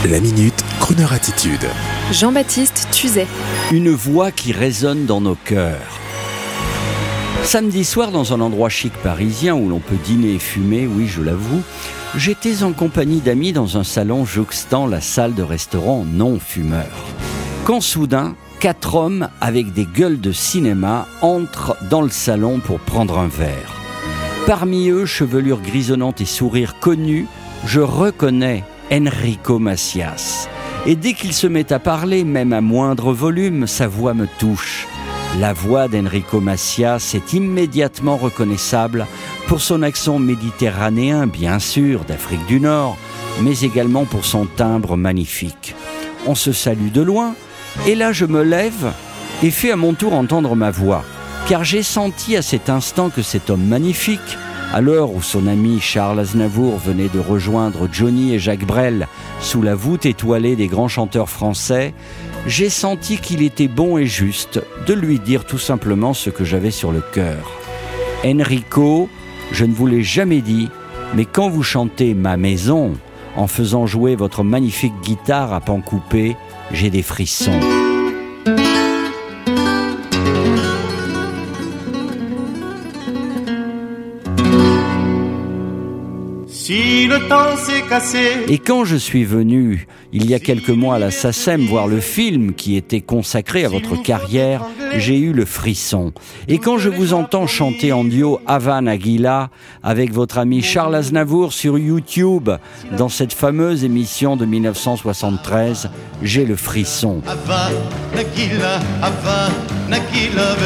La Minute Crooner Attitude. Jean-Baptiste Tuzet. Une voix qui résonne dans nos cœurs. Samedi soir, dans un endroit chic parisien où l'on peut dîner et fumer, oui, je l'avoue, j'étais en compagnie d'amis dans un salon jouxtant la salle de restaurant non-fumeur. Quand soudain, 4 hommes avec des gueules de cinéma entrent dans le salon pour prendre un verre. Parmi eux, chevelure grisonnante et sourire connu, je reconnais Enrico Macias. Et dès qu'il se met à parler, même à moindre volume, sa voix me touche. La voix d'Enrico Macias est immédiatement reconnaissable pour son accent méditerranéen, bien sûr, d'Afrique du Nord, mais également pour son timbre magnifique. On se salue de loin, et là je me lève et fais à mon tour entendre ma voix, car j'ai senti à cet instant que cet homme magnifique, à l'heure où son ami Charles Aznavour venait de rejoindre Johnny et Jacques Brel sous la voûte étoilée des grands chanteurs français, j'ai senti qu'il était bon et juste de lui dire tout simplement ce que j'avais sur le cœur. Enrico, je ne vous l'ai jamais dit, mais quand vous chantez Ma Maison, en faisant jouer votre magnifique guitare à pan coupé, j'ai des frissons. Si le temps s'est cassé. Et quand je suis venu, il y a quelques mois à la SACEM, voir le film qui était consacré à votre carrière, j'ai eu le frisson. Et quand je vous entends chanter en duo Ava Nagila avec votre ami Charles Aznavour sur YouTube, dans cette fameuse émission de 1973, j'ai le frisson. Ava Nagila, Ava Nagila,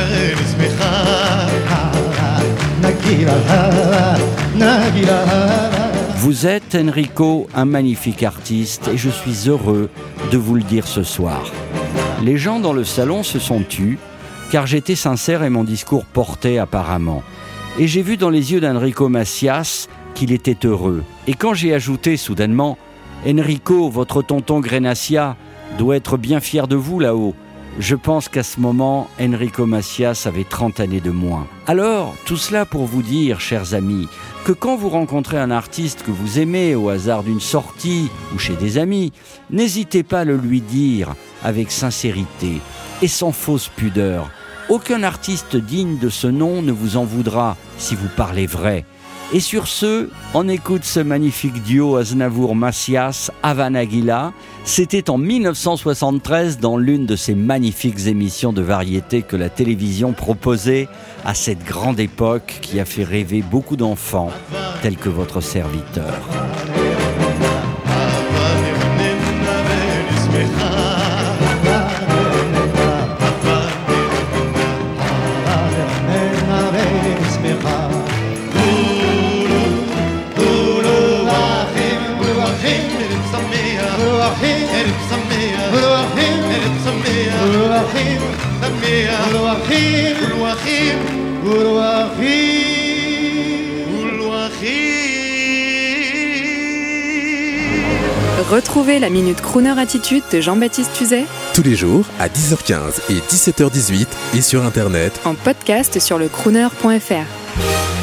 Vous êtes, Enrico, un magnifique artiste et je suis heureux de vous le dire ce soir. Les gens dans le salon se sont tus, car j'étais sincère et mon discours portait apparemment. Et j'ai vu dans les yeux d'Enrico Macias qu'il était heureux. Et quand j'ai ajouté soudainement « Enrico, votre tonton Grenacia doit être bien fier de vous là-haut », je pense qu'à ce moment, Enrico Macias avait 30 années de moins. Alors, tout cela pour vous dire, chers amis, que quand vous rencontrez un artiste que vous aimez au hasard d'une sortie ou chez des amis, n'hésitez pas à le lui dire avec sincérité et sans fausse pudeur. Aucun artiste digne de ce nom ne vous en voudra si vous parlez vrai. Et sur ce, on écoute ce magnifique duo Aznavour-Macias, Ava Nagila. C'était en 1973 dans l'une de ces magnifiques émissions de variété que la télévision proposait à cette grande époque qui a fait rêver beaucoup d'enfants, tels que votre serviteur. Retrouvez la Minute Crooner Attitude de Jean-Baptiste Tuzet Tous les jours à 10h15 et 17h18 et sur Internet en podcast sur le crooner.fr.